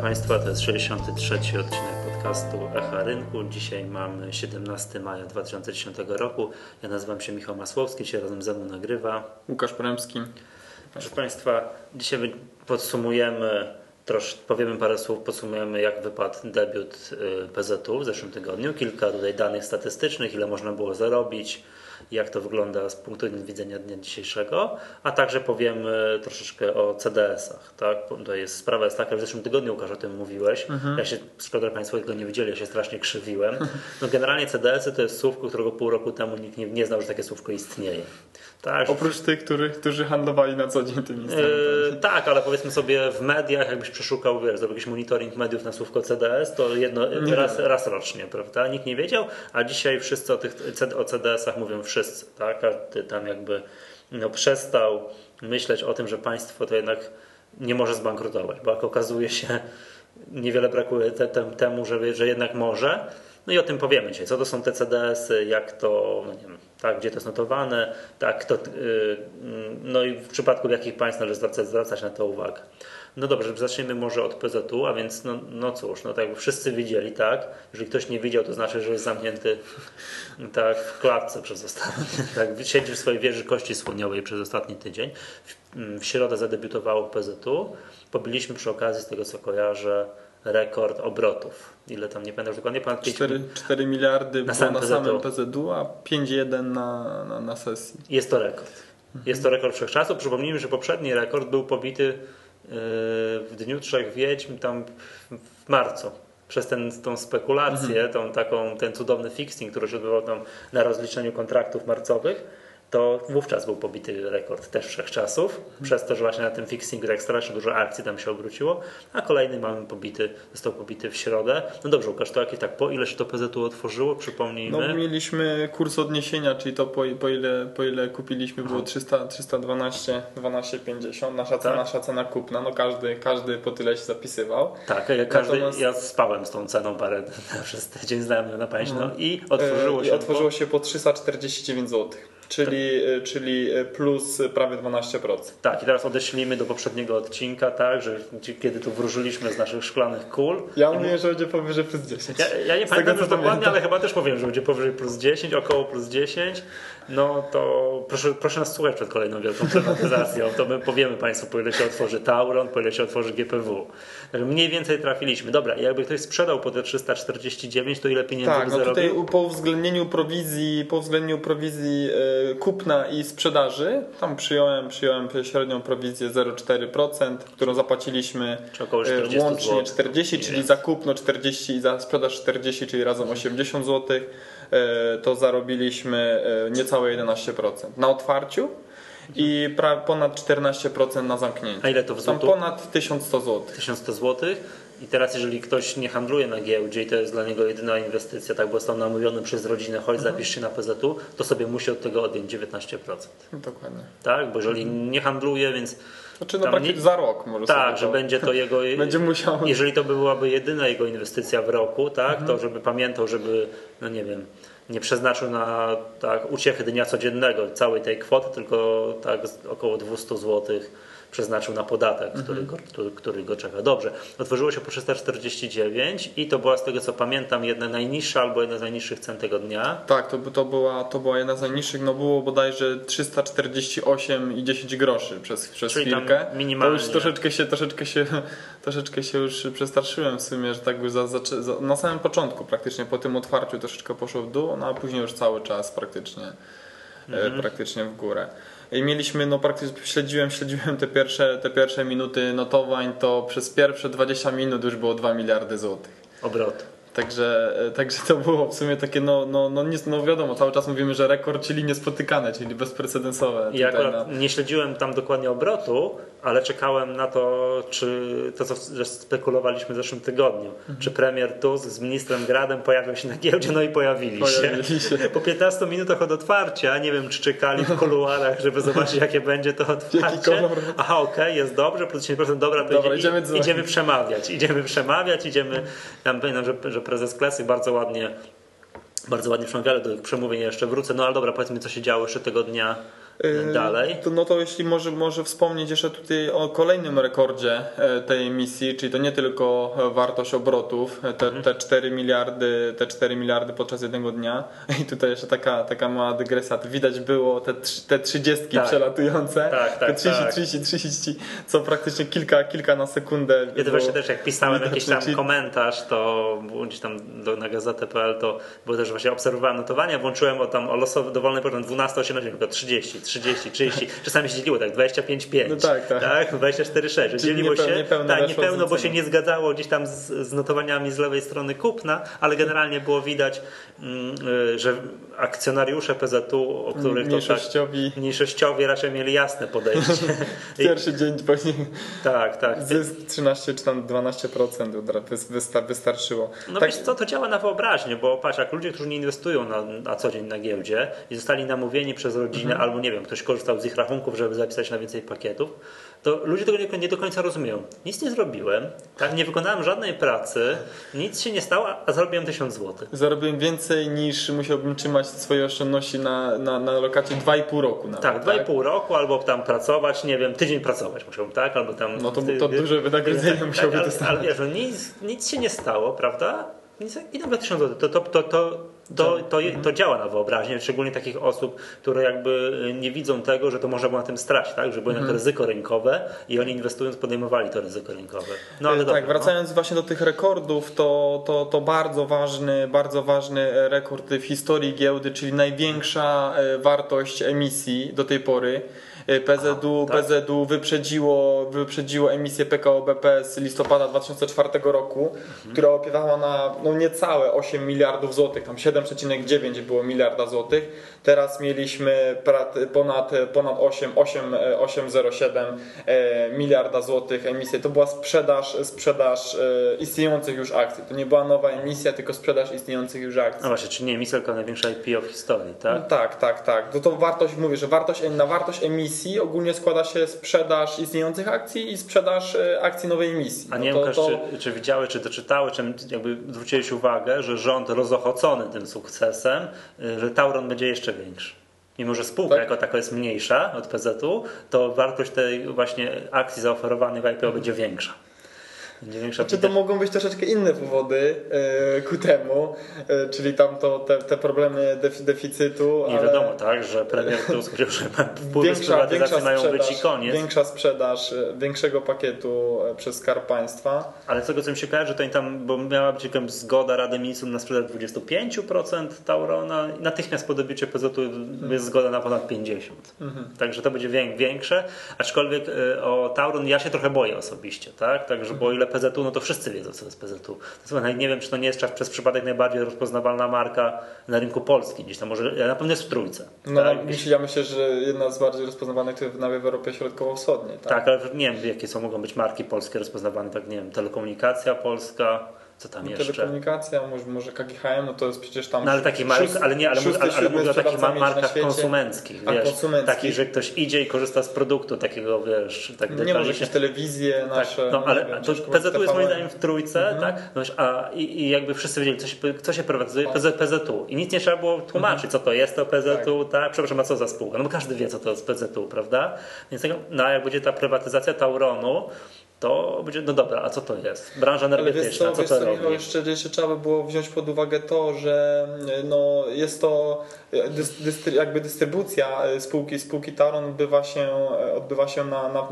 Państwa, to jest 63. odcinek podcastu Echa Rynku. Dzisiaj mamy 17 maja 2010 roku. Ja nazywam się Michał Masłowski, dzisiaj razem ze mną nagrywa Łukasz Poremski. Proszę Państwa, dzisiaj podsumujemy, powiemy parę słów, podsumujemy jak wypadł debiut PZU w zeszłym tygodniu. Kilka tutaj danych statystycznych, ile można było zarobić, jak to wygląda z punktu widzenia dnia dzisiejszego, a także powiemy troszeczkę o CDS-ach. Tak? Sprawa jest taka, że w zeszłym tygodniu, Łukasz, o tym mówiłeś. Ja się, szkoda, że Państwo tego nie widzieli, ja się strasznie krzywiłem. No generalnie CDS-y to jest słówko, którego pół roku temu nikt nie znał, że takie słówko istnieje. Tak? Oprócz tych, którzy handlowali na co dzień tym instrumentem. Tak, ale powiedzmy sobie w mediach, jakbyś przeszukał, zrobił jakiś monitoring mediów na słówko CDS, to raz rocznie, prawda? Nikt nie wiedział, a dzisiaj wszyscy o CDS-ach mówią wszyscy, tak? Każdy tam jakby przestał myśleć o tym, że państwo to jednak nie może zbankrutować, bo jak okazuje się, niewiele brakuje temu, że jednak może. No i o tym powiemy dzisiaj. Co to są te CDS-y, jak to, no nie wiem, tak, gdzie to jest notowane, tak, no i w przypadku jakich państw należy zwracać na to uwagę. No dobrze, zaczniemy może od PZU, a więc no cóż, tak jakby wszyscy widzieli, tak? Jeżeli ktoś nie widział, to znaczy, że jest zamknięty tak w klatce przez ostatni, tak, siedzi w swojej wieży kości słoniowej przez ostatni tydzień. W środę zadebiutowało PZU. Pobiliśmy przy okazji, z tego co kojarzę, rekord obrotów. Ile tam, nie pamiętam już dokładnie, ponad 4 miliardy na samym PZU, a 5,1 na sesji. Jest to rekord. Jest to rekord wszechczasów. Przypomnijmy, że poprzedni rekord był pobity w Dniu Trzech Wiedźm tam w marcu. Przez tą spekulację, ten cudowny fixing, który się odbywał tam na rozliczeniu kontraktów marcowych, to wówczas był pobity rekord też wszechczasów, przez to, że właśnie na tym fixingu tak strasznie dużo akcji tam się obróciło, a kolejny został pobity w środę. No dobrze, Łukasz, to jakieś tak, po ile się to PZU otworzyło, przypomnijmy? No mieliśmy kurs odniesienia, czyli to po ile kupiliśmy było 312,50, nasza cena kupna, no każdy po tyle się zapisywał. Tak, ja spałem z tą ceną przez tydzień, znałem ją na pamięć, i otworzyło się po 349 zł. Czyli plus prawie 12%. Tak, i teraz odeślimy do poprzedniego odcinka, tak, że kiedy tu wróżyliśmy z naszych szklanych kul. Ja mówię, że będzie powyżej plus 10. Ja nie pamiętam już dokładnie, ale chyba też powiem, że będzie powyżej plus 10, około plus 10. No to proszę nas słuchać przed kolejną wielką prywatyzacją. To my powiemy Państwu, po ile się otworzy Tauron, po ile się otworzy GPW. Także mniej więcej trafiliśmy. Dobra, i jakby ktoś sprzedał po te 349, to ile pieniędzy by zarobił? Tutaj po uwzględnieniu prowizji kupna i sprzedaży, tam przyjąłem średnią prowizję 0,4%, którą zapłaciliśmy łącznie 40, czyli za kupno 40 i za sprzedaż 40, czyli razem 80 zł, to zarobiliśmy niecałe 11% na otwarciu i ponad 14% na zamknięciu. A ile to w złotych? Tam ponad 1100 zł. 1100 zł. I teraz jeżeli ktoś nie handluje na giełdzie i to jest dla niego jedyna inwestycja, tak, bo został namówiony przez rodzinę, chodź zapisz się na PZU, to sobie musi od tego odjąć 19%. Dokładnie. Tak, bo jeżeli nie handluje, więc... Znaczy praktycznie za rok może tak, że będzie to jego... będzie musiał... Jeżeli to byłaby jedyna jego inwestycja w roku, tak, to żeby pamiętał, żeby, no nie wiem, nie przeznaczył na uciechy dnia codziennego całej tej kwoty, tylko tak około 200 zł przeznaczył na podatek, który go czeka. Dobrze, otworzyło się po 349 i to była, z tego co pamiętam, jedna najniższa albo jedna z najniższych cen tego dnia. Tak, to była jedna z najniższych, no było bodajże 348,10 groszy przez chwilkę. Minimalnie. To już troszeczkę się już przestarszyłem w sumie, że tak już na samym początku praktycznie po tym otwarciu troszeczkę poszło w dół, no a później już cały czas praktycznie w górę. I mieliśmy, praktycznie śledziłem te pierwsze minuty notowań, to przez pierwsze 20 minut już było 2 miliardy złotych. Obrotu. Także to było w sumie takie, wiadomo, cały czas mówimy, że rekord, czyli niespotykane, czyli bezprecedensowe. Ja akurat nie śledziłem tam dokładnie obrotu, ale czekałem na to, czy to, co spekulowaliśmy w zeszłym tygodniu, czy premier Tusk z ministrem Gradem pojawią się na giełdzie, no i pojawili się. Po 15 minutach od otwarcia, nie wiem, czy czekali w kuluarach, żeby zobaczyć, jakie będzie to otwarcie. Aha, okej, jest dobrze, plus 10%, dobra, idziemy przemawiać. Tam pamiętam, że prezes Klesy bardzo ładnie przemawiali, do tych przemówień jeszcze wrócę, no ale dobra, powiedzmy, co się działo jeszcze tego dnia dalej. No to jeśli może wspomnieć jeszcze tutaj o kolejnym rekordzie tej emisji, czyli to nie tylko wartość obrotów, te 4 miliardy podczas jednego dnia. I tutaj jeszcze taka mała dygresja. Widać było te 30 przelatujące. Tak, 30, co praktycznie kilka na sekundę. Ja to właśnie też jak pisałem jakiś tam komentarz, to gdzieś tam na gazetę.pl, to było też właśnie obserwowałem notowania, włączyłem o losowy dowolny poziom 12,18, tylko 30, 30. Czasami się dzieliło tak 25,5. No tak. 24,6. Dzieliło się niepełno, bo się nie zgadzało gdzieś tam z notowaniami z lewej strony kupna, ale generalnie było widać, że akcjonariusze PZU, o których mniejszościowi raczej mieli jasne podejście. Pierwszy dzień później. Tak. Zysk 13 czy tam 12% wystarczyło. No wiesz co, to działa na wyobraźnię, bo patrz, jak ludzie, którzy nie inwestują na co dzień na giełdzie i zostali namówieni przez rodzinę, albo nie wiem, ktoś korzystał z ich rachunków, żeby zapisać na więcej pakietów, to ludzie tego nie do końca rozumieją. Nic nie zrobiłem, tak, nie wykonałem żadnej pracy, nic się nie stało, a zarobiłem 1000 zł. Zarobiłem więcej niż musiałbym trzymać swoje oszczędności na lokacie 2,5 roku. Nawet, tak, 2,5 roku, albo tam pracować, nie wiem, tydzień pracować musiałbym, tak, albo tam... No to duże wynagrodzenie musiałby dostać. Ale wiesz, nic się nie stało, prawda? I nagle 1000 zł. To działa na wyobraźnię, szczególnie takich osób, które jakby nie widzą tego, że to można było na tym stracić, tak? Że było to ryzyko rynkowe i oni inwestując podejmowali to ryzyko rynkowe. No, ale tak, wracając właśnie do tych rekordów, to bardzo ważny rekord w historii giełdy, czyli największa wartość emisji do tej pory. PZU wyprzedziło emisję PKO BP z listopada 2004 roku, która opiewała na niecałe 8 miliardów złotych, tam 7,9 było miliarda złotych. Teraz mieliśmy ponad 8,07 miliarda złotych emisji. To była sprzedaż istniejących już akcji. To nie była nowa emisja, tylko sprzedaż istniejących już akcji. No właśnie, czyli nie emisja, tylko największa IPO w historii, tak? No tak. To wartość, mówię, że na wartość emisji ogólnie składa się sprzedaż istniejących akcji i sprzedaż akcji nowej emisji. A nie wiem, czy widziałeś, czy doczytały, czy jakby zwróciłeś uwagę, że rząd rozochocony tym sukcesem, że Tauron będzie jeszcze większy. Mimo że spółka jako taka jest mniejsza od PZU, to wartość tej właśnie akcji zaoferowanych w IPO będzie większa. Czy to mogą być troszeczkę inne powody ku temu, czyli tam te problemy deficytu. Nie wiadomo, tak, że premier Tusk powiedział, że wpływy z prywatyzacji mają być i koniec. Większa sprzedaż większego pakietu przez Skarb Państwa. Ale z tego co mi się kojarzy, to tam, bo miała być jakaś zgoda Rady Ministrów na sprzedaż 25% Taurona i natychmiast po debiucie PZU jest zgoda na ponad 50%. Także to będzie większe, aczkolwiek o Tauron ja się trochę boję osobiście, tak? Także bo o ile PZU, no to wszyscy wiedzą, co jest PZU. Nie wiem, czy to nie jest przez przypadek najbardziej rozpoznawalna marka na rynku polskim. Gdzieś tam może, na pewno jest w trójce. No, tak? Ja myślę, że jedna z bardziej rozpoznawanych to nawet w Europie Środkowo-Wschodniej. Tak, ale nie wiem, jakie mogą być marki polskie rozpoznawane, tak nie wiem, Telekomunikacja Polska, co tam jeszcze? Telekomunikacja, może KGHM, no to jest przecież tam... No ale taki mark, ale mówię o takich markach konsumenckich, wiesz, taki, że ktoś idzie i korzysta z produktu takiego, wiesz, tak nie może jakieś telewizje nasze... Tak, no ale to PZU jest moim zdaniem w trójce, tak? No, i jakby wszyscy wiedzieli, co się prywatyzuje, PZU. I nic nie trzeba było tłumaczyć, co to jest to PZU, tak? Przepraszam, a co za spółka? No bo każdy wie, co to jest PZU, prawda? Więc jak będzie ta prywatyzacja Tauronu, to będzie, no dobra, a co to jest? Branża energetyczna, co to robi? Jeszcze trzeba by było wziąć pod uwagę to, że no, jest to jakby dystrybucja spółki Tauron odbywa się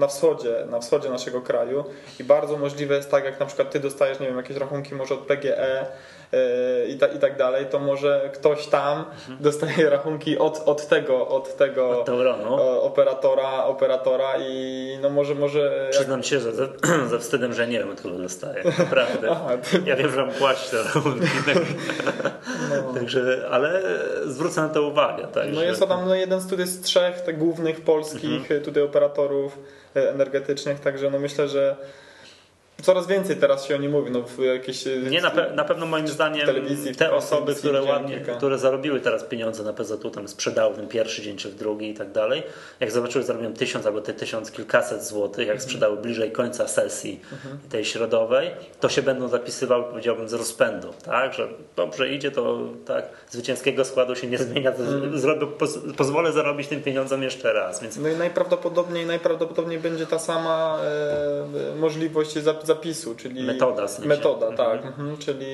na wschodzie naszego kraju i bardzo możliwe jest tak, jak na przykład ty dostajesz, nie wiem, jakieś rachunki może od PGE i tak dalej, to może ktoś tam dostaje rachunki od tego operatora i no może przyznam się, że ze wstydem, że nie wiem, od kogo dostaję. Naprawdę. Ja wiem, że mam płacić te rachunki. Także, ale zwrócę na to uwagę. Tak, no jest to tam jeden z 3 głównych polskich tutaj operatorów energetycznych, także no myślę, że Coraz więcej teraz się o nim mówi. No, w jakieś, na pewno moim zdaniem te osoby, które zarobiły teraz pieniądze na PZU, tam sprzedały ten pierwszy dzień czy w drugi i tak dalej, jak zobaczyły, zarobią 1000 albo te 1000 kilkaset złotych, jak sprzedały bliżej końca sesji tej środowej, to się będą zapisywały, powiedziałbym, z rozpędu, tak? Że dobrze idzie, to tak, zwycięskiego składu się nie zmienia, to pozwolę zarobić tym pieniądzom jeszcze raz. Więc... No i najprawdopodobniej będzie ta sama możliwość zapisu, czyli metoda, tak, czyli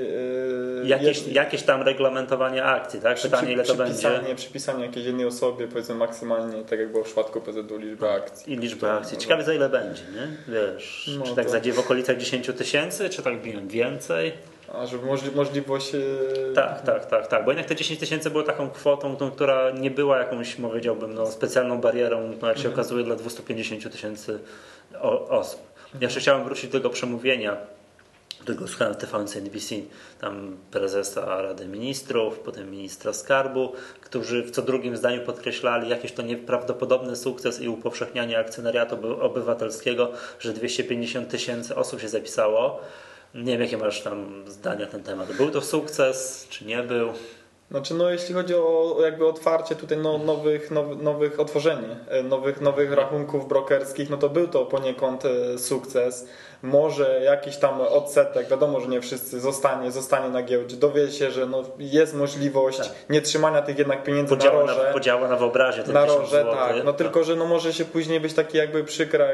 jakieś tam reglamentowanie akcji, tak? Pytanie, ile to będzie. Przypisanie jakiejś jednej osobie, powiedzmy maksymalnie, tak jak było w przypadku PZU, liczby akcji. I liczby akcji. Ciekawe, za ile będzie, nie? Wiesz, no czy tak to... w okolicach 10 000, czy tak więcej? A żeby możliwość... Tak, bo jednak te 10 000 było taką kwotą, która nie była jakąś, powiedziałbym, specjalną barierą, jak się okazuje, dla 250 000 osób. Ja jeszcze chciałem wrócić do tego przemówienia, którego słuchałem w TVN NBC, tam prezesa Rady Ministrów, potem ministra skarbu, którzy w co drugim zdaniu podkreślali jakiś to nieprawdopodobny sukces i upowszechnianie akcjonariatu obywatelskiego, że 250 000 osób się zapisało. Nie wiem, jakie masz tam zdania na ten temat. Był to sukces, czy nie był? Znaczy, jeśli chodzi o jakby otwarcie tutaj otworzenie nowych rachunków brokerskich, to był to poniekąd sukces. Może jakiś tam odsetek, wiadomo, że nie wszyscy zostanie na giełdzie, dowie się, że jest możliwość nie trzymania tych jednak pieniędzy na roże. Podziała na wyobraźnię. Na roże, tak. Tylko, że może się później być taki jakby przykra,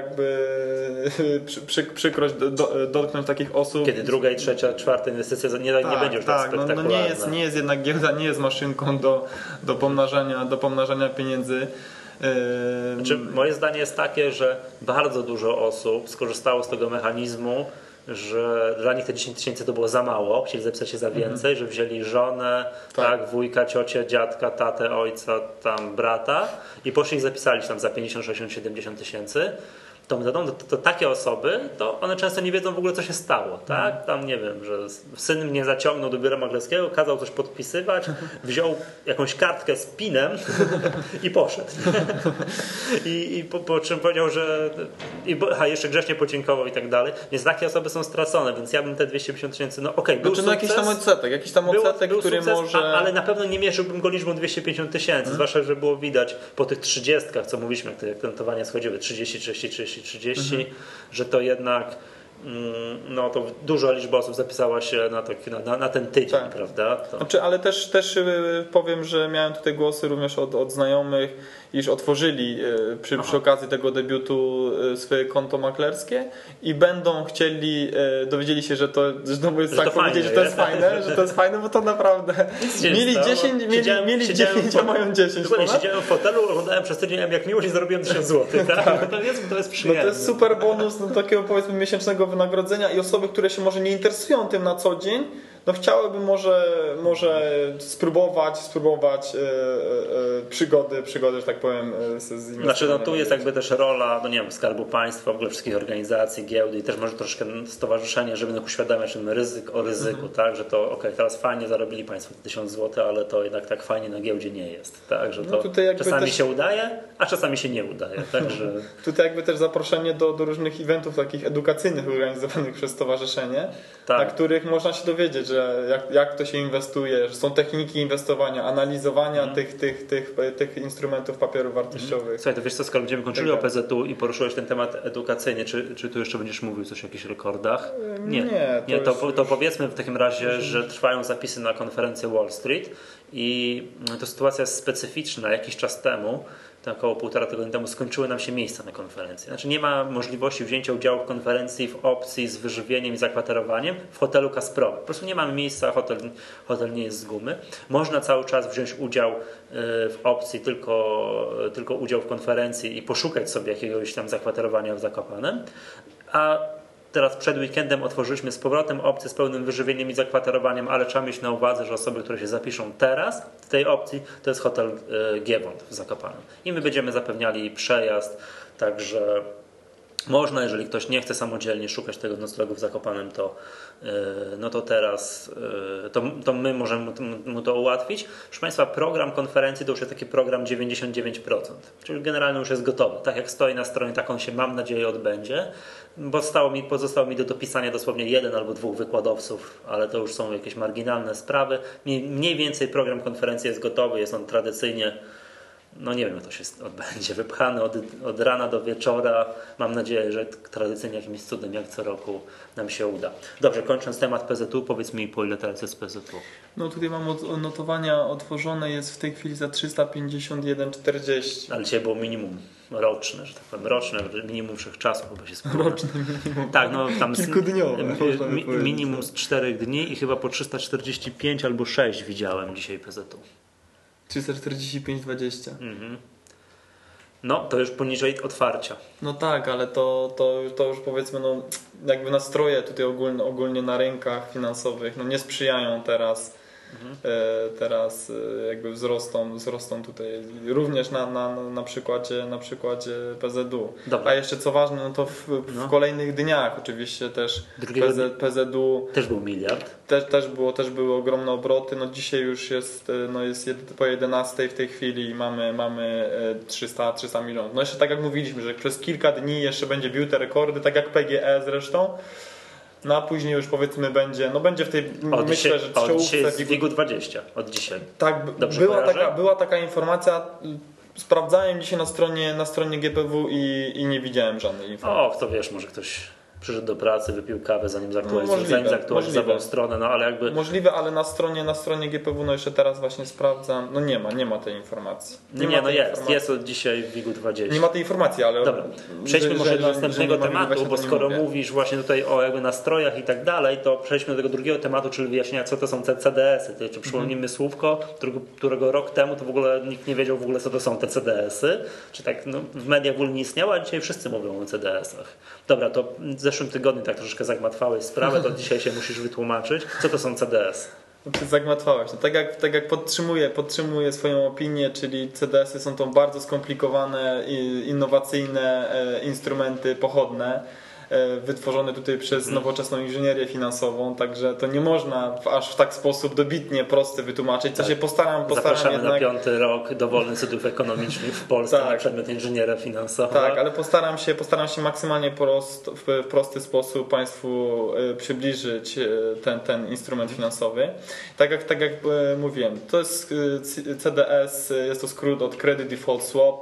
przykrość dotknąć takich osób. Kiedy druga i trzecia, czwarta inwestycja nie będzie już tak spektakularna. Nie jest jednak giełda, nie jest maszynką do pomnażania pieniędzy. Znaczy, moje zdanie jest takie, że bardzo dużo osób skorzystało z tego mechanizmu, że dla nich te 10 000 to było za mało, chcieli zapisać się za więcej, że wzięli żonę, tak, wujka, ciocię, dziadka, tatę, ojca, tam brata i poszli i zapisali się tam za 50, 60, 70 tysięcy. To takie osoby, to one często nie wiedzą w ogóle, co się stało, tak? Tam nie wiem, że syn mnie zaciągnął do biura maklerskiego, kazał coś podpisywać, wziął jakąś kartkę z PIN-em i poszedł. I po czym powiedział, że jeszcze grzecznie podziękował i tak dalej. Więc takie osoby są stracone, więc ja bym te 250 000, był sukces. Jakiś tam odsetek, który sukces, może... Ale na pewno nie mierzyłbym go liczbą 250 000, zwłaszcza, że było widać po tych 30, co mówiliśmy, jak te akcentowania schodziły, 30, że to jednak to duża liczba osób zapisała się na ten tydzień, prawda? Znaczy, ale też powiem, że miałem tutaj głosy również od znajomych, iż otworzyli przy okazji tego debiutu swoje konto maklerskie i będą chcieli, dowiedzieli się, że to jest fajne, bo to naprawdę mieli 10, a mają 10. Siedziałem w fotelu, oglądałem przez tydzień jak miłość i zarobiłem 1000 zł. Tak? To jest przyjemne. To jest super bonus takiego, powiedzmy, miesięcznego wynagrodzenia i osoby, które się może nie interesują tym na co dzień, chciałyby może spróbować przygody, że tak powiem, z inwestycjami. Znaczy, tu jest jakby też rola, Skarbu Państwa, w ogóle wszystkich organizacji, giełdy i też może troszkę stowarzyszenie, żeby uświadamiać o ryzyku, tak, że to teraz fajnie zarobili Państwo 1000 zł, ale to jednak tak fajnie na giełdzie nie jest, tak, że to czasami się udaje, a czasami się nie udaje, także... Tutaj jakby też zaproszenie do różnych eventów takich edukacyjnych organizowanych przez stowarzyszenie, na których można się dowiedzieć, że jak to się inwestuje, że są techniki inwestowania, analizowania tych instrumentów papierów wartościowych. Słuchaj, to wiesz co, skoro będziemy kończyli o PZU i poruszyłeś ten temat edukacyjny, czy tu jeszcze będziesz mówił coś o jakichś rekordach? Nie, to powiedzmy w takim razie, że trwają zapisy na konferencję Wall Street i to sytuacja jest specyficzna. Jakiś czas temu, około 1,5 tygodnia temu, skończyły nam się miejsca na konferencji. Znaczy nie ma możliwości wzięcia udziału w konferencji w opcji z wyżywieniem i zakwaterowaniem w hotelu Kasprowy. Po prostu nie mamy miejsca, hotel nie jest z gumy. Można cały czas wziąć udział w opcji tylko udział w konferencji i poszukać sobie jakiegoś tam zakwaterowania w Zakopanem. A teraz przed weekendem otworzyliśmy z powrotem opcję z pełnym wyżywieniem i zakwaterowaniem, ale trzeba mieć na uwadze, że osoby, które się zapiszą teraz w tej opcji, to jest hotel Giewont w Zakopanem. I my będziemy zapewniali przejazd, także Można, jeżeli ktoś nie chce samodzielnie szukać tego noclegu w Zakopanem, to teraz to my możemy mu to ułatwić. Proszę Państwa, program konferencji to już jest taki program 99%, czyli generalnie już jest gotowy. Tak jak stoi na stronie, tak on się, mam nadzieję, odbędzie. Pozostało mi do dopisania dosłownie 1 albo 2 wykładowców, ale to już są jakieś marginalne sprawy. Mniej więcej program konferencji jest gotowy, jest on tradycyjnie, no nie wiem, jak to się odbędzie, wypchany od rana do wieczora. Mam nadzieję, że tradycyjnie jakimś cudem, jak co roku, nam się uda. Dobrze, kończąc temat PZU, powiedz mi, po ile teraz jest PZU? No tutaj mam notowania otworzone, jest w tej chwili za 351,40. Ale dzisiaj było minimum roczne, że tak powiem, roczne, minimum wszechczasów chyba się spełnia. Roczne minimum. Tak, no tam kilkudniowe. Minimum z 4 dni i chyba po 345 albo 6 widziałem dzisiaj PZU. 345,20. No, to już poniżej otwarcia. No tak, ale to już powiedzmy, no jakby nastroje tutaj ogólnie na rynkach finansowych nie sprzyjają teraz. Teraz jakby wzrostom tutaj również na przykładzie PZU. Dobra. A jeszcze co ważne, no to w kolejnych dniach oczywiście też PZU też był miliard. Też były ogromne obroty. No dzisiaj już jest po 11 w tej chwili mamy 300 milionów. No jeszcze tak jak mówiliśmy, że przez kilka dni jeszcze będzie bił te rekordy, tak jak PGE zresztą. No a później już powiedzmy będzie w tej, myślę, że czołówce. Dzisiaj jest WIG-20, od dzisiaj. Tak, była taka informacja, sprawdzałem dzisiaj na stronie GPW i nie widziałem żadnej informacji. Kto wiesz, może ktoś przyszedł do pracy, wypił kawę, zanim zaktualizował stronę, no ale jakby... Możliwe, ale na stronie GPW, jeszcze teraz właśnie sprawdzam, nie ma tej informacji. Jest od dzisiaj w WIG-20. Nie ma tej informacji, ale... Dobra, przejdźmy może do następnego tematu, bo skoro mówisz właśnie tutaj o jakby nastrojach i tak dalej, to przejdźmy do tego drugiego tematu, czyli wyjaśnienia, co to są te CDS-y. Czy przypomnimy słówko, którego rok temu to w ogóle nikt nie wiedział w ogóle, co to są te CDS-y. Czy tak w mediach w ogóle nie istniało, a dzisiaj wszyscy mówią o CDS-ach. Dobra, to w zeszłym tygodniu tak troszeczkę zagmatwałeś sprawę, to dzisiaj się musisz wytłumaczyć. Co to są CDS? Zagmatwałeś. Tak jak podtrzymuję swoją opinię, czyli CDS-y są to bardzo skomplikowane, innowacyjne instrumenty pochodne, wytworzone tutaj przez nowoczesną inżynierię finansową, także to nie można aż w tak sposób dobitnie prosty wytłumaczyć, co się postaram Zapraszamy jednak... na 5. rok dowolnych studiów ekonomicznych w Polsce na przedmiot inżynieria finansowa. Tak, ale postaram się maksymalnie w prosty sposób Państwu przybliżyć ten instrument finansowy. Tak jak mówiłem, to jest CDS, jest to skrót od Credit Default Swap,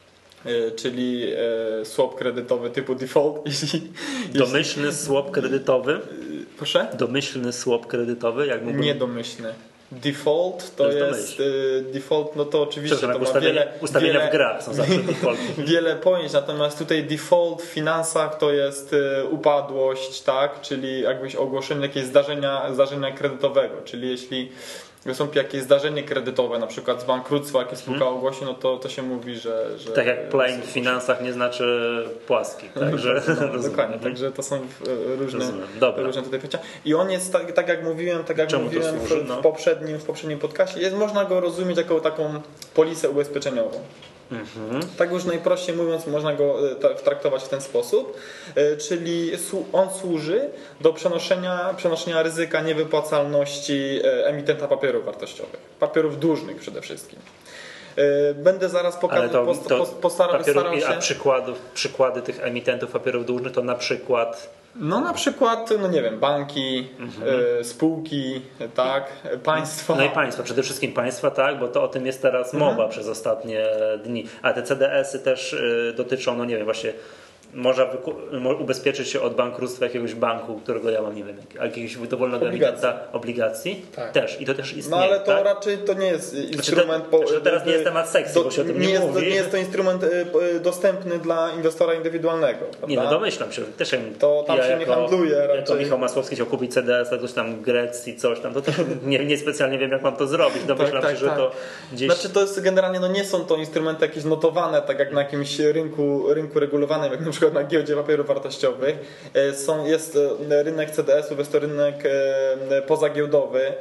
czyli swap kredytowy typu default. Domyślny swap kredytowy? Proszę? Domyślny swap kredytowy? Niedomyślny. Default to jest default, no to oczywiście to ma ustawienia w grach są zawsze default. Wiele pojęć, natomiast tutaj default w finansach to jest upadłość, tak, czyli jakbyś ogłoszenie jakiegoś zdarzenia kredytowego, czyli jeśli wystąpi jakieś zdarzenie kredytowe, na przykład z bankructwa, jakie spółka ogłosi, no to się mówi, że tak jak plain w finansach nie znaczy płaski. Także dokładnie, także to są różne tutaj pojęcia. I on jest, tak jak mówiłem w poprzednim podcastie, można go rozumieć jako taką polisę ubezpieczeniową. Tak już najprościej mówiąc, można go traktować w ten sposób, czyli on służy do przenoszenia ryzyka niewypłacalności emitenta papierów wartościowych, papierów dłużnych przede wszystkim. Będę zaraz pokazał, starał się... A przykłady tych emitentów papierów dłużnych to na przykład... No na przykład, nie wiem, banki, spółki, tak, państwa. No i państwa, przede wszystkim państwa, tak, bo to o tym jest teraz mowa przez ostatnie dni. A te CDS-y też dotyczą, nie wiem, właśnie można ubezpieczyć się od bankructwa jakiegoś banku, którego ja mam, nie wiem, jakiegoś dowolnego emitenta obligacji. Tak. Też. I to też istnieje. No ale to raczej to nie jest instrument... teraz nie jest temat sekcji, bo się o tym nie mówi. Nie jest to instrument dostępny dla inwestora indywidualnego. Prawda? Nie, domyślam się. Też to tam się nie handluje raczej. Jako Michał Masłowski chciał kupić CDS, a ktoś tam Grecji, coś tam, to też nie specjalnie wiem, jak mam to zrobić. Domyślam się, że to gdzieś... Znaczy to jest generalnie, nie są to instrumenty jakieś notowane, tak jak na jakimś rynku regulowanym, jak na przykład przykład na giełdzie papierów wartościowych. Jest rynek CDS-ów, jest to rynek pozagiełdowy.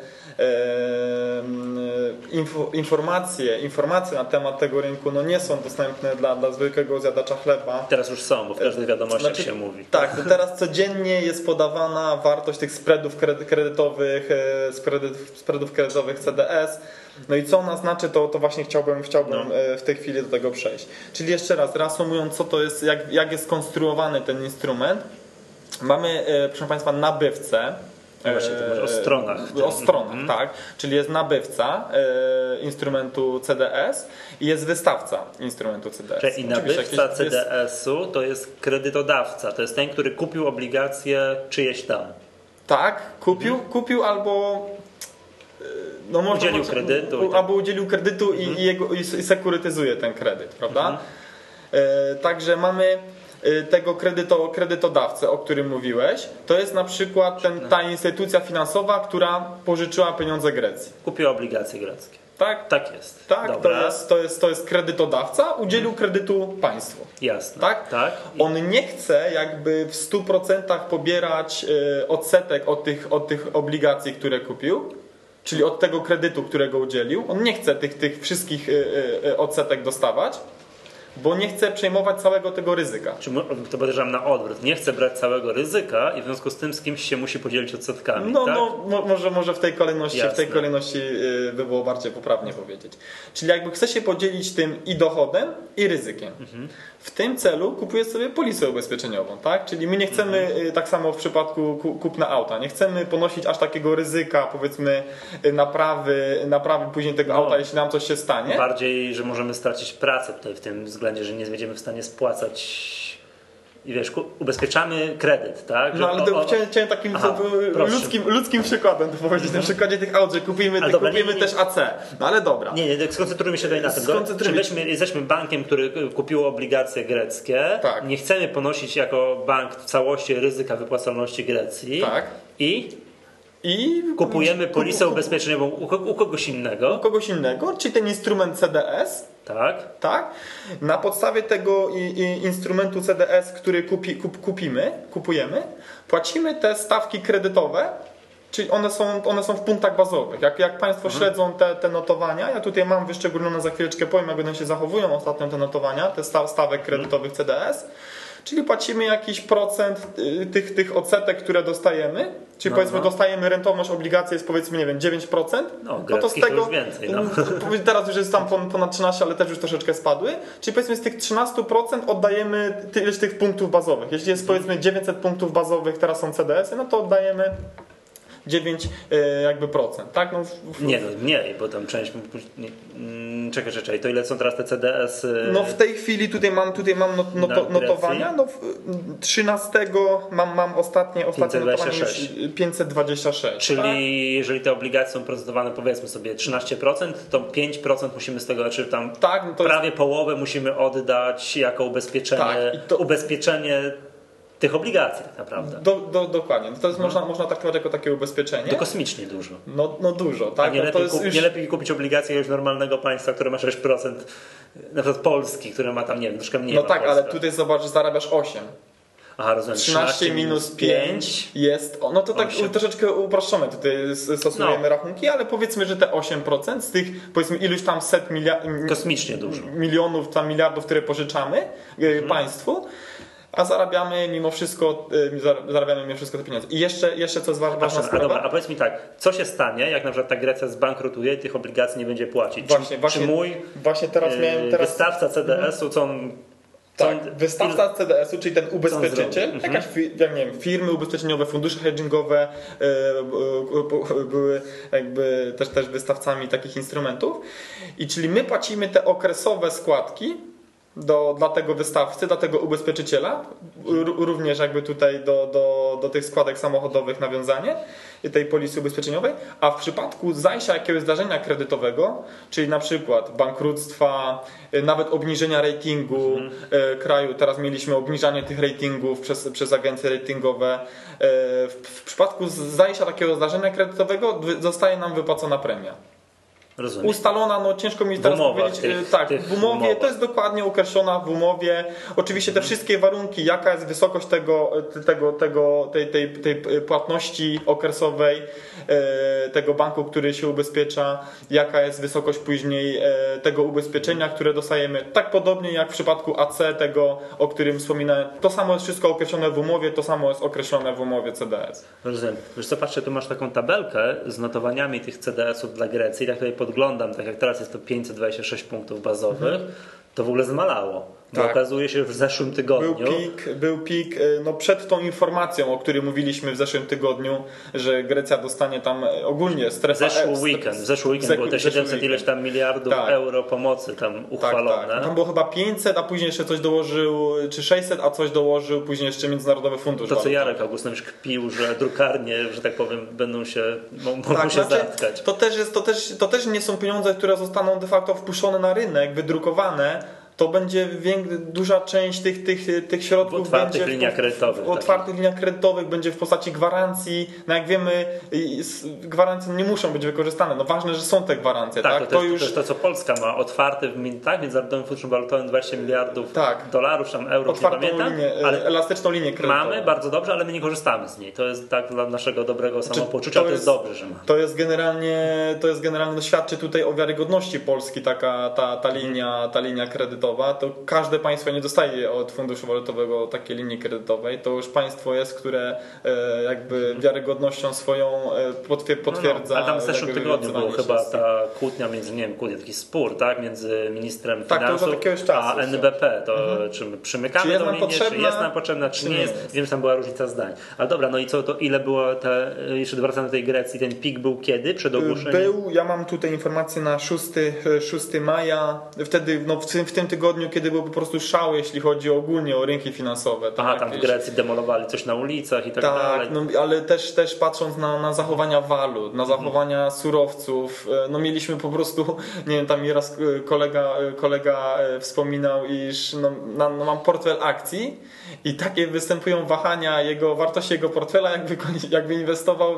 Informacje na temat tego rynku nie są dostępne dla zwykłego zjadacza chleba. Teraz już są, bo w każdych wiadomościach się mówi. Tak, teraz codziennie jest podawana wartość tych spreadów kredytowych CDS. No i co ona znaczy, to właśnie chciałbym w tej chwili do tego przejść. Czyli jeszcze raz, reasumując, co to jest, jak jest skonstruowany ten instrument. Mamy, proszę Państwa, nabywcę. Właśnie, to może o stronach. O stronach, tak. Czyli jest nabywca instrumentu CDS i jest wystawca instrumentu CDS. Czyli nabywca CDS-u to jest kredytodawca, to jest ten, który kupił obligacje czyjeś tam. Tak, kupił albo udzielił kredytu. Albo udzielił kredytu i sekurytyzuje ten kredyt, prawda? Także mamy tego kredytodawcę, o którym mówiłeś, to jest na przykład ta instytucja finansowa, która pożyczyła pieniądze Grecji. Kupiła obligacje greckie. Tak? Tak jest. Tak, to jest kredytodawca, udzielił kredytu państwu. Jasne. Tak? On nie chce jakby w 100% pobierać odsetek od tych obligacji, które kupił, czyli od tego kredytu, którego udzielił. On nie chce tych wszystkich odsetek dostawać, bo nie chce przejmować całego tego ryzyka. Czy to podejrzewam na odwrót. Nie chce brać całego ryzyka i w związku z tym z kimś się musi podzielić odsetkami. Tak? Może w tej kolejności by było bardziej poprawnie powiedzieć. Czyli jakby chce się podzielić tym i dochodem, i ryzykiem. W tym celu kupuje sobie polisę ubezpieczeniową, tak? Czyli my nie chcemy, tak samo w przypadku kupna auta, nie chcemy ponosić aż takiego ryzyka, powiedzmy naprawy później tego auta, jeśli nam coś się stanie. Bardziej, że możemy stracić pracę tutaj w tym względzie, że nie będziemy w stanie spłacać. I wiesz, ubezpieczamy kredyt, tak? No ale chciałem takim ludzkim przykładem to powiedzieć, na przykładzie tych aut, że kupimy też AC. No ale dobra. Nie, skoncentrujmy się tutaj na tym. Jesteśmy bankiem, który kupił obligacje greckie. Tak. Nie chcemy ponosić jako bank w całości ryzyka wypłacalności Grecji. Tak. I kupujemy polisę ubezpieczeniową u kogoś innego. U kogoś innego, czyli ten instrument CDS. Tak. Na podstawie tego instrumentu CDS, który kupujemy, płacimy te stawki kredytowe, czyli one są w punktach bazowych. Jak Państwo śledzą te notowania, ja tutaj mam wyszczególnione, za chwileczkę powiem, jak one się zachowują ostatnio te notowania, te stawek kredytowych CDS. Czyli płacimy jakiś procent tych odsetek, które dostajemy. Czyli powiedzmy dostajemy rentowność obligacji jest powiedzmy, nie wiem, 9%. No to z tego już więcej. Teraz już jest tam ponad 13, ale też już troszeczkę spadły. Czyli powiedzmy z tych 13% oddajemy ileś tych punktów bazowych. Jeśli jest powiedzmy 900 punktów bazowych, teraz są CDS-y, no to oddajemy 9 jakby procent, tak? Mniej, bo tam część... Czekaj, to ile są teraz te CDS? No w tej chwili tutaj mam notowania. 13 mam ostatnie 526. notowanie 526. Czyli tak? Jeżeli te obligacje są procentowane powiedzmy sobie 13%, to 5% musimy z tego, czy tam prawie połowę musimy oddać jako ubezpieczenie. Tak, ubezpieczenie tych obligacji tak naprawdę. Dokładnie. To jest można traktować jako takie ubezpieczenie. To kosmicznie dużo. No dużo, tak? A nie lepiej kupić obligacje jakiegoś normalnego państwa, które ma 6%, na przykład Polski, które ma tam, nie wiem, troszkę mniej. No tak, ale tutaj zobacz, że zarabiasz 8. Aha, rozumiem. 13 minus 5 jest... No to tak 8. Troszeczkę uproszczone tutaj stosujemy rachunki, ale powiedzmy, że te 8% z tych powiedzmy iluś tam kosmicznie dużo. Milionów, tam miliardów, które pożyczamy państwu, a zarabiamy mimo wszystko te pieniądze. I jeszcze co jest ważna sprawa. Dobra, a powiedz mi tak, co się stanie, jak na przykład ta Grecja zbankrutuje i tych obligacji nie będzie płacić? Czy mój wystawca CDS-u, wystawca CDS-u, czyli ten ubezpieczyciel, jakaś firmy ubezpieczeniowe, fundusze hedgingowe były jakby też wystawcami takich instrumentów. I czyli my płacimy te okresowe składki dla tego wystawcy, dla tego ubezpieczyciela, również jakby tutaj do tych składek samochodowych nawiązanie tej polisy ubezpieczeniowej, a w przypadku zajścia jakiegoś zdarzenia kredytowego, czyli na przykład bankructwa, nawet obniżenia ratingu kraju, teraz mieliśmy obniżanie tych ratingów przez agencje ratingowe, w przypadku zajścia takiego zdarzenia kredytowego zostaje nam wypłacona premia. Rozumiem. Ustalona, no ciężko mi teraz powiedzieć. W umowie to jest dokładnie określona w umowie. Oczywiście te wszystkie warunki, jaka jest wysokość tej płatności okresowej tego banku, który się ubezpiecza, jaka jest wysokość później tego ubezpieczenia, które dostajemy. Tak podobnie jak w przypadku AC, tego, o którym wspominałem. To samo jest wszystko określone w umowie, to samo jest określone w umowie CDS. Rozumiem. Wiesz co, patrzę, tu masz taką tabelkę z notowaniami tych CDS-ów dla Grecji. Tak tutaj podglądam, tak jak teraz jest to 526 punktów bazowych, to w ogóle zmalało. Bo okazuje się, że w zeszłym tygodniu był pik no przed tą informacją, o której mówiliśmy w zeszłym tygodniu, że Grecja dostanie tam ogólnie strefa. Zeszły weekend było te 700 ileś tam miliardów euro pomocy tam uchwalone. Tak. Tam było chyba 500, a później jeszcze coś dołożył, czy 600, a coś dołożył później jeszcze Międzynarodowy Fundusz. To co Jarek Augustynowicz kpił, że drukarnie, że tak powiem, mogą się zatkać. To też nie są pieniądze, które zostaną de facto wpuszczone na rynek, wydrukowane. To będzie duża część tych środków w otwartych liniach kredytowych. W otwartych liniach kredytowych będzie w postaci gwarancji. No jak wiemy, gwarancje nie muszą być wykorzystane. No ważne, że są te gwarancje. Tak? To już to, co Polska ma otwarte w Międzynarodowym Funduszem Walutowym 20 miliardów dolarów, czy tam euro, otwartą nie pamiętam. Linię, elastyczną linię kredytową. Mamy bardzo dobrze, ale my nie korzystamy z niej. To jest tak dla naszego dobrego samopoczucia, to jest dobrze, że mamy. To jest generalnie świadczy tutaj o wiarygodności Polski ta linia kredytowa. To każde państwo nie dostaje od Funduszu Walutowego takiej linii kredytowej. To już państwo jest, które jakby wiarygodnością swoją potwierdza. A tam w zeszłym tygodniu było chyba ta kłótnia między, nie wiem, jakiś spór, tak, między ministrem finansów a NBP. To czy my przymykamy tą linię, czy jest nam potrzebna, czy nie jest. Wiem, że tam była różnica zdań. Ale dobra, no i co, to ile było jeszcze wracamy do tej Grecji, ten pik był kiedy? Przed ogłoszeniem? Ja mam tutaj informację na 6 maja. Wtedy, w tym tygodniu, kiedy był po prostu szał, jeśli chodzi ogólnie o rynki finansowe. Tam w Grecji demolowali coś na ulicach i tak dalej. No, ale też patrząc na zachowania walut, na zachowania surowców, no mieliśmy po prostu, nie wiem, tam nieraz kolega wspominał, iż mam portfel akcji i takie występują wahania wartości jego portfela, jakby inwestował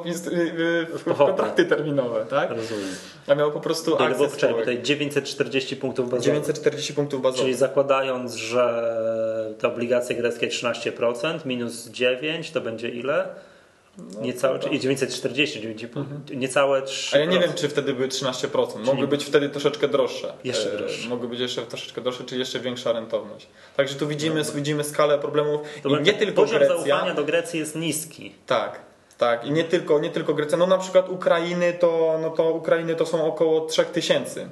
w kontrakty terminowe, tak? Rozumiem. A miał po prostu akcje. Tutaj 940 punktów bazowych. 940 punktów bazowych. Czyli zakładając, że te obligacje greckie 13%, minus 9, to będzie ile? Niecałe, czyli 940, niecałe 3%. A ja nie wiem, czy wtedy były 13%. Mogły być wtedy troszeczkę droższe. Jeszcze droższe. Mogły być jeszcze troszeczkę droższe, czyli jeszcze większa rentowność. Także tu widzimy skalę problemów. I nie tylko poziom Grecja. zaufania do Grecji jest niski. Tak. I nie tylko Grecja. No na przykład Ukrainy to są około 3000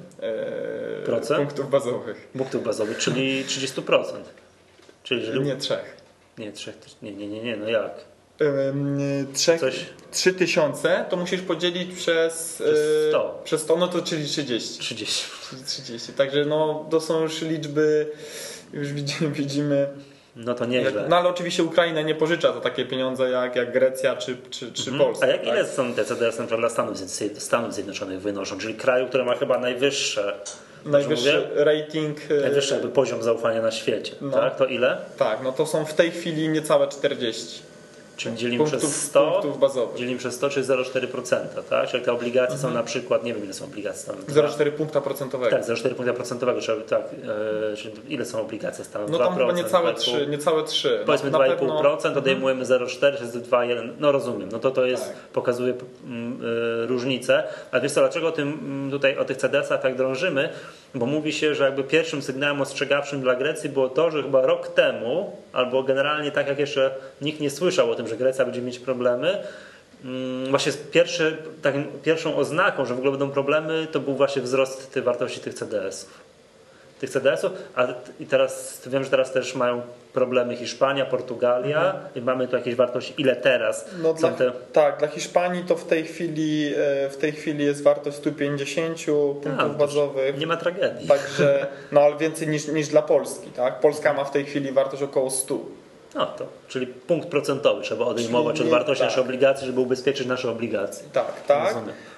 punktów bazowych. Punktów bazowych, czyli 30%. Czyli nie 3. Nie, 3. Nie, no jak? 3000 to musisz podzielić przez 100. Przez 100, no to czyli 30. 30. Także to są już liczby, już widzimy. No to nieźle. No ale oczywiście Ukraina nie pożycza za takie pieniądze jak Grecja czy Polska. A ile są te CDS dla Stanów Zjednoczonych wynoszą? Czyli kraju, który ma chyba najwyższy rating. Najwyższy poziom zaufania na świecie. Tak? To ile? Tak, to są w tej chwili niecałe 40. Czyli dzielimy przez 100, punktów bazowych. Dzielimy przez 100, czyli 0,4%, tak? Czyli te obligacje są na przykład, nie wiem ile są obligacje. 0,4 punkta procentowego. Tak, 0,4 punkta procentowego, czyli ile są obligacje stanu? No tam 2%, chyba niecałe 3. Powiedzmy 2,5%, odejmujemy 0,4, to jest 2,1, no rozumiem, to jest, pokazuje różnicę. A wiesz co, dlaczego o tych CDS-ach tak drążymy? Bo mówi się, że jakby pierwszym sygnałem ostrzegawczym dla Grecji było to, że chyba rok temu, albo generalnie tak jak jeszcze nikt nie słyszał o tym, że Grecja będzie mieć problemy, właśnie pierwszą oznaką, że w ogóle będą problemy, to był właśnie wzrost tej wartości tych CDS-ów. I teraz wiem, że teraz też mają problemy Hiszpania, Portugalia i mamy tu jakieś wartości. Ile teraz? Dla Hiszpanii to w tej chwili jest wartość 150 punktów bazowych. Nie ma tragedii. Także, ale więcej niż dla Polski. Tak? Polska ma w tej chwili wartość około 100. Czyli punkt procentowy trzeba odejmować od wartości naszej obligacji, żeby ubezpieczyć nasze obligacje. Tak.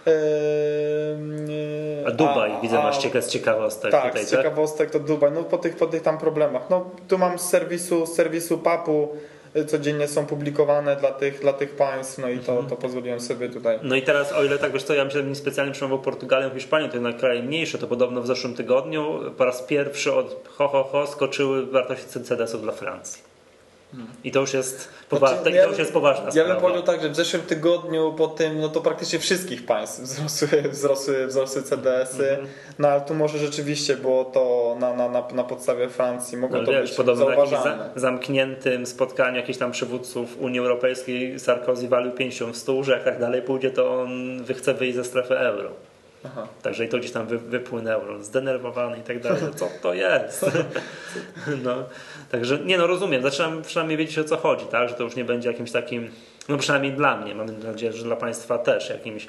A Dubaj, widzę, masz z ciekawostek. Tak, z ciekawostek to Dubaj. Po tych tam problemach. Tu mam z serwisu PAP-u codziennie są publikowane dla tych państw, no i to pozwoliłem sobie tutaj. No i teraz, o ile tak wiesz co, ja myślę, że nie specjalnie przejmował Portugalią, Hiszpanią, to jednak kraje mniejsze, to podobno w zeszłym tygodniu po raz pierwszy od skoczyły wartości CDS-ów dla Francji. I to już jest poważna sprawa. Ja bym powiedział tak, że w zeszłym tygodniu po tym, no to praktycznie wszystkich państw wzrosły CDS-y, no ale tu może rzeczywiście było to na podstawie Francji, mogło to być zauważalne. Na zamkniętym spotkaniu jakichś tam przywódców Unii Europejskiej Sarkozy walił pięścią w stół, że jak tak dalej pójdzie, to on chce wyjść ze strefy euro. Aha. Także i to gdzieś tam wypłynęło, zdenerwowany i tak dalej. Co to jest? No, także rozumiem. Zaczynam przynajmniej wiedzieć, o co chodzi, tak? Że to już nie będzie jakimś takim, no przynajmniej dla mnie, mam nadzieję, że dla Państwa też jakimś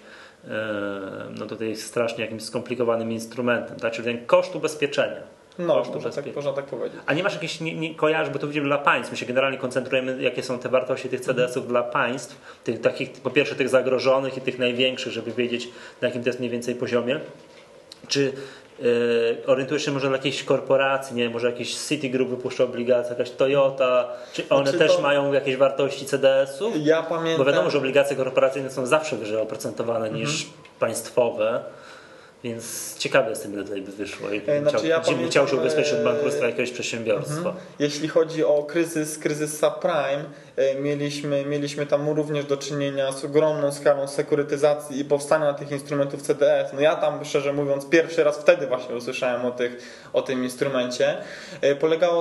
tutaj strasznie jakimś skomplikowanym instrumentem, tak? Czyli ten koszt ubezpieczenia. No, można tak powiedzieć. A nie masz jakichś kojarzy, bo to widzimy dla państw. My się generalnie koncentrujemy, jakie są te wartości tych CDS-ów dla państw, tych takich, po pierwsze tych zagrożonych i tych największych, żeby wiedzieć, na jakim to jest mniej więcej poziomie. Czy orientujesz się może na jakiejś korporacji, nie wiem, może jakiś Citigroup wypuszcza obligacje, jakaś Toyota, czy one też mają jakieś wartości CDS-ów? Ja pamiętam. Bo wiadomo, że obligacje korporacyjne są zawsze wyżej oprocentowane niż państwowe. Więc ciekawe jestem, ile tutaj by wyszło. Chciał się ubezpieczyć od bankructwa jakiegoś przedsiębiorstwa. Jeśli chodzi o kryzys subprime, mieliśmy tam również do czynienia z ogromną skalą sekurytyzacji i powstania tych instrumentów CDS. No ja tam, szczerze mówiąc, pierwszy raz wtedy właśnie usłyszałem o tym instrumencie. Polegało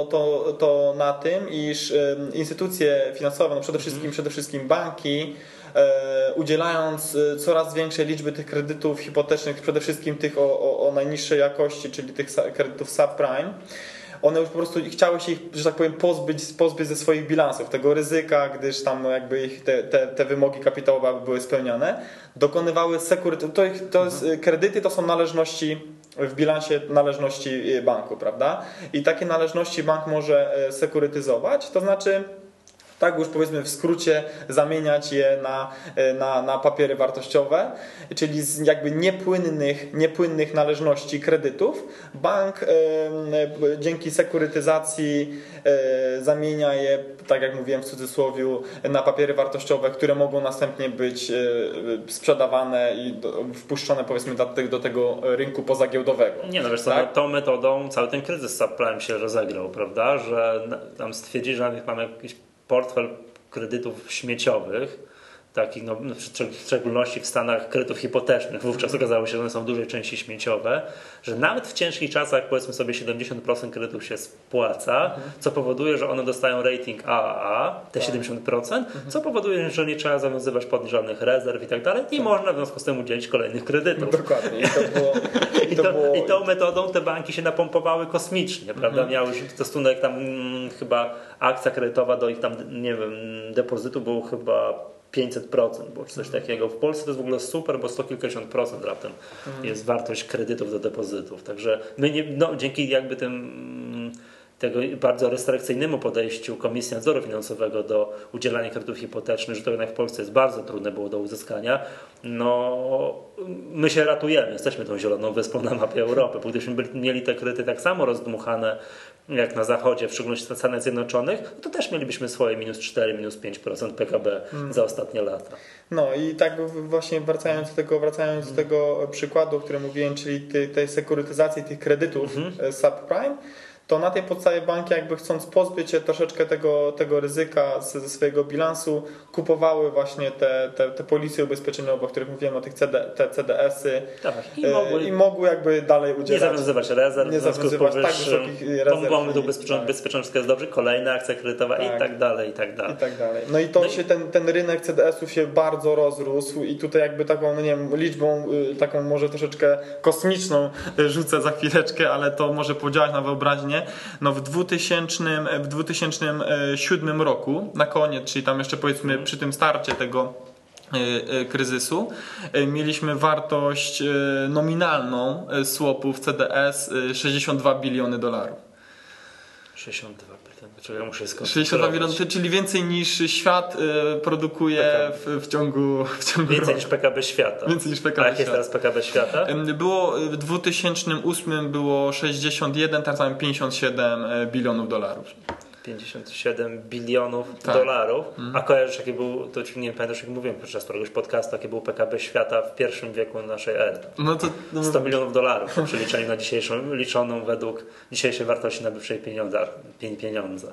to na tym, iż instytucje finansowe, no przede wszystkim banki, udzielając coraz większej liczby tych kredytów hipotecznych, przede wszystkim tych o najniższej jakości, czyli tych kredytów subprime, one już po prostu chciały się ich, że tak powiem, pozbyć ze swoich bilansów, tego ryzyka, gdyż tam jakby ich te wymogi kapitałowe były spełniane, dokonywały kredyty to są należności w bilansie należności banku, prawda? I takie należności bank może sekurytyzować, to znaczy tak już powiedzmy w skrócie zamieniać je na papiery wartościowe, czyli z jakby niepłynnych należności kredytów bank dzięki sekurytyzacji zamienia je, tak jak mówiłem w cudzysłowiu, na papiery wartościowe, które mogą następnie być sprzedawane i wpuszczone powiedzmy do tego rynku pozagiełdowego. Nie, no wiesz co, tak? Tą metodą cały ten kryzys subprime się rozegrał, prawda, że tam stwierdzili, że mamy jakiś portfel kredytów śmieciowych, takich w szczególności w Stanach kredytów hipotecznych. Wówczas okazało się, że one są w dużej części śmieciowe, że nawet w ciężkich czasach powiedzmy sobie 70% kredytów się spłaca, co powoduje, że one dostają rating AAA, te 70%, co powoduje, że nie trzeba zawiązywać podniesionych rezerw i tak dalej i można w związku z tym udzielić kolejnych kredytów. Dokładnie. I tą metodą te banki się napompowały kosmicznie, prawda? Miały stosunek tam chyba akcja kredytowa do ich tam, nie wiem, depozytu był chyba 500%, bo coś takiego. W Polsce to jest w ogóle super, bo 100 kilkadziesiąt procent raptem jest wartość kredytów do depozytów. Także my dzięki jakby tego bardzo restrykcyjnemu podejściu Komisji Nadzoru Finansowego do udzielania kredytów hipotecznych, że to jednak w Polsce jest bardzo trudne było do uzyskania, my się ratujemy, jesteśmy tą zieloną wyspą na mapie Europy, bo gdybyśmy mieli te kredyty tak samo rozdmuchane jak na Zachodzie, w szczególności w Stanach Zjednoczonych, to też mielibyśmy swoje -4, -5% PKB za ostatnie lata. No i tak właśnie wracając do tego przykładu, o którym mówiłem, czyli tej sekurytyzacji tych kredytów subprime, to na tej podstawie banki jakby chcąc pozbyć się troszeczkę tego ryzyka ze swojego bilansu, kupowały właśnie te polisy ubezpieczeniowe, o których mówiłem, o tych CDS-y i mogły jakby dalej udzielać. Nie zawiązywać rezerw, nie zawiązywać tak wysokich rezerw. Pomocy bezpieczeństwa jest dobrze, kolejna akcja kredytowa i tak dalej. No i to się ten rynek CDS-ów się bardzo rozrósł i tutaj jakby taką, liczbą taką może troszeczkę kosmiczną rzucę za chwileczkę, ale to może podziałać na wyobraźnię. No w 2007 roku, na koniec, czyli tam jeszcze powiedzmy przy tym starcie tego kryzysu, mieliśmy wartość nominalną swapów CDS $62 biliony. 62 bilionów, ja muszę 62 bilionów, czyli więcej niż świat produkuje w ciągu Więcej niż PKB świata. Więcej niż PKB. A jakie jest teraz PKB świata? W 2008 było 61, teraz mamy $57 bilionów. 57 bilionów dolarów, a kojarzysz jaki był, to nie pamiętasz jak mówiłem podczas któregoś podcastu, jaki był PKB świata w pierwszym wieku naszej ery. 100 milionów dolarów w przeliczeniu na dzisiejszą, liczoną według dzisiejszej wartości nabywczej pieniądza.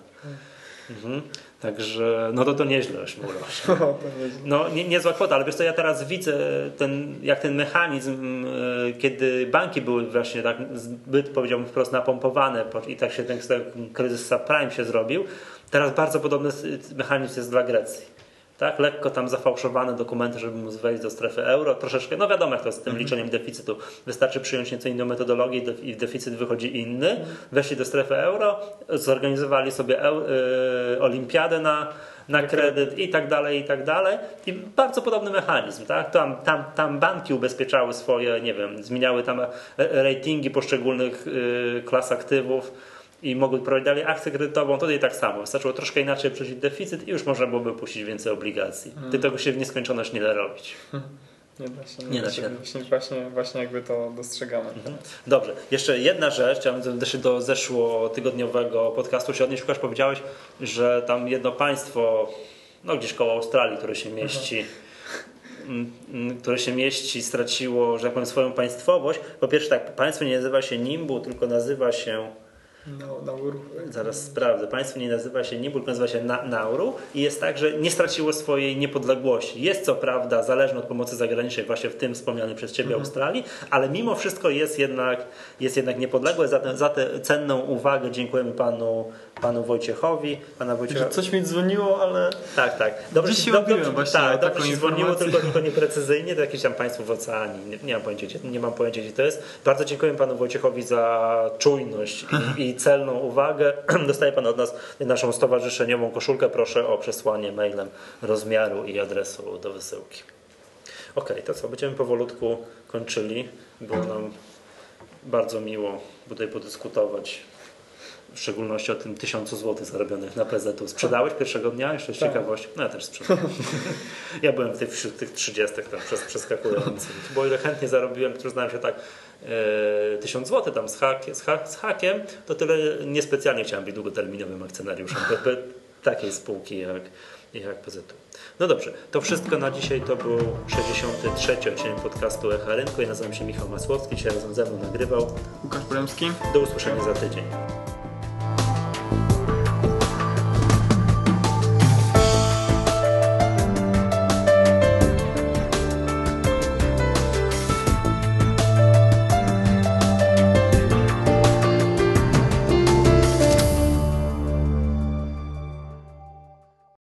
Także no to nieźle już mówisz. No niezła kwota, ale wiesz co, ja teraz widzę jak ten mechanizm, kiedy banki były właśnie tak zbyt, powiedziałbym wprost, napompowane i tak się ten kryzys subprime się zrobił, teraz bardzo podobny mechanizm jest dla Grecji. Tak, lekko tam zafałszowane dokumenty, żeby móc wejść do strefy euro. Troszeczkę, no wiadomo jak to z tym liczeniem deficytu. Wystarczy przyjąć nieco inną metodologię i deficyt wychodzi inny. Weszli do strefy euro, zorganizowali sobie olimpiadę na kredyt i tak dalej. I bardzo podobny mechanizm. Tak? Tam banki ubezpieczały swoje, nie wiem, zmieniały tam ratingi poszczególnych klas aktywów i mogły prowadzić dalej akcję kredytową, to i tak samo. Wystarczyło troszkę inaczej przejść deficyt i już można byłoby puścić więcej obligacji. Tego się w nieskończoność nie da robić. Nie da się. Właśnie jakby to dostrzegamy. Dobrze. Jeszcze jedna rzecz, chciałbym do zeszłotygodniowego podcastu się odnieść. Łukasz, powiedziałeś, że tam jedno państwo, no gdzieś koło Australii, które się mieści, straciło, że tak powiem, swoją państwowość. Po pierwsze tak, państwo nie nazywa się Nimbu, tylko nazywa się Nauru. Zaraz sprawdzę. Państwo nie nazywa się Nimbu, tylko nazywa się Nauru i jest tak, że nie straciło swojej niepodległości. Jest co prawda zależne od pomocy zagranicznej właśnie w tym wspomnianym przez Ciebie Australii, ale mimo wszystko jest jednak niepodległe. Za tę cenną uwagę dziękujemy panu Wojciechowi. Coś mi dzwoniło, ale tak. Dobrze się odbiłem właśnie taką dzwoniło, tylko nieprecyzyjnie. To jakieś tam państwo w oceanii. Nie mam pojęcia, gdzie to jest. Bardzo dziękuję panu Wojciechowi za czujność i celną uwagę. Dostaje pan od nas naszą stowarzyszeniową koszulkę. Proszę o przesłanie mailem rozmiaru i adresu do wysyłki. Okej, to co? Będziemy powolutku kończyli. Było nam bardzo miło tutaj podyskutować. W szczególności o tym 1000 zł zarobionych na PZU. Sprzedałeś pierwszego dnia? Jeszcze z ciekawości? No ja też sprzedałem. Ja byłem wśród tych 30 tam przeskakujących. Bo ile chętnie zarobiłem, przyznałem się tak, 1000 zł tam z hakiem, to tyle niespecjalnie chciałem być długoterminowym akcjonariuszem takiej spółki jak PZU. No dobrze, to wszystko na dzisiaj. To był 63. odcinek podcastu Echa Rynku. Ja nazywam się Michał Masłowski, dzisiaj razem ze mną nagrywał Łukasz Poremski. Do usłyszenia za tydzień.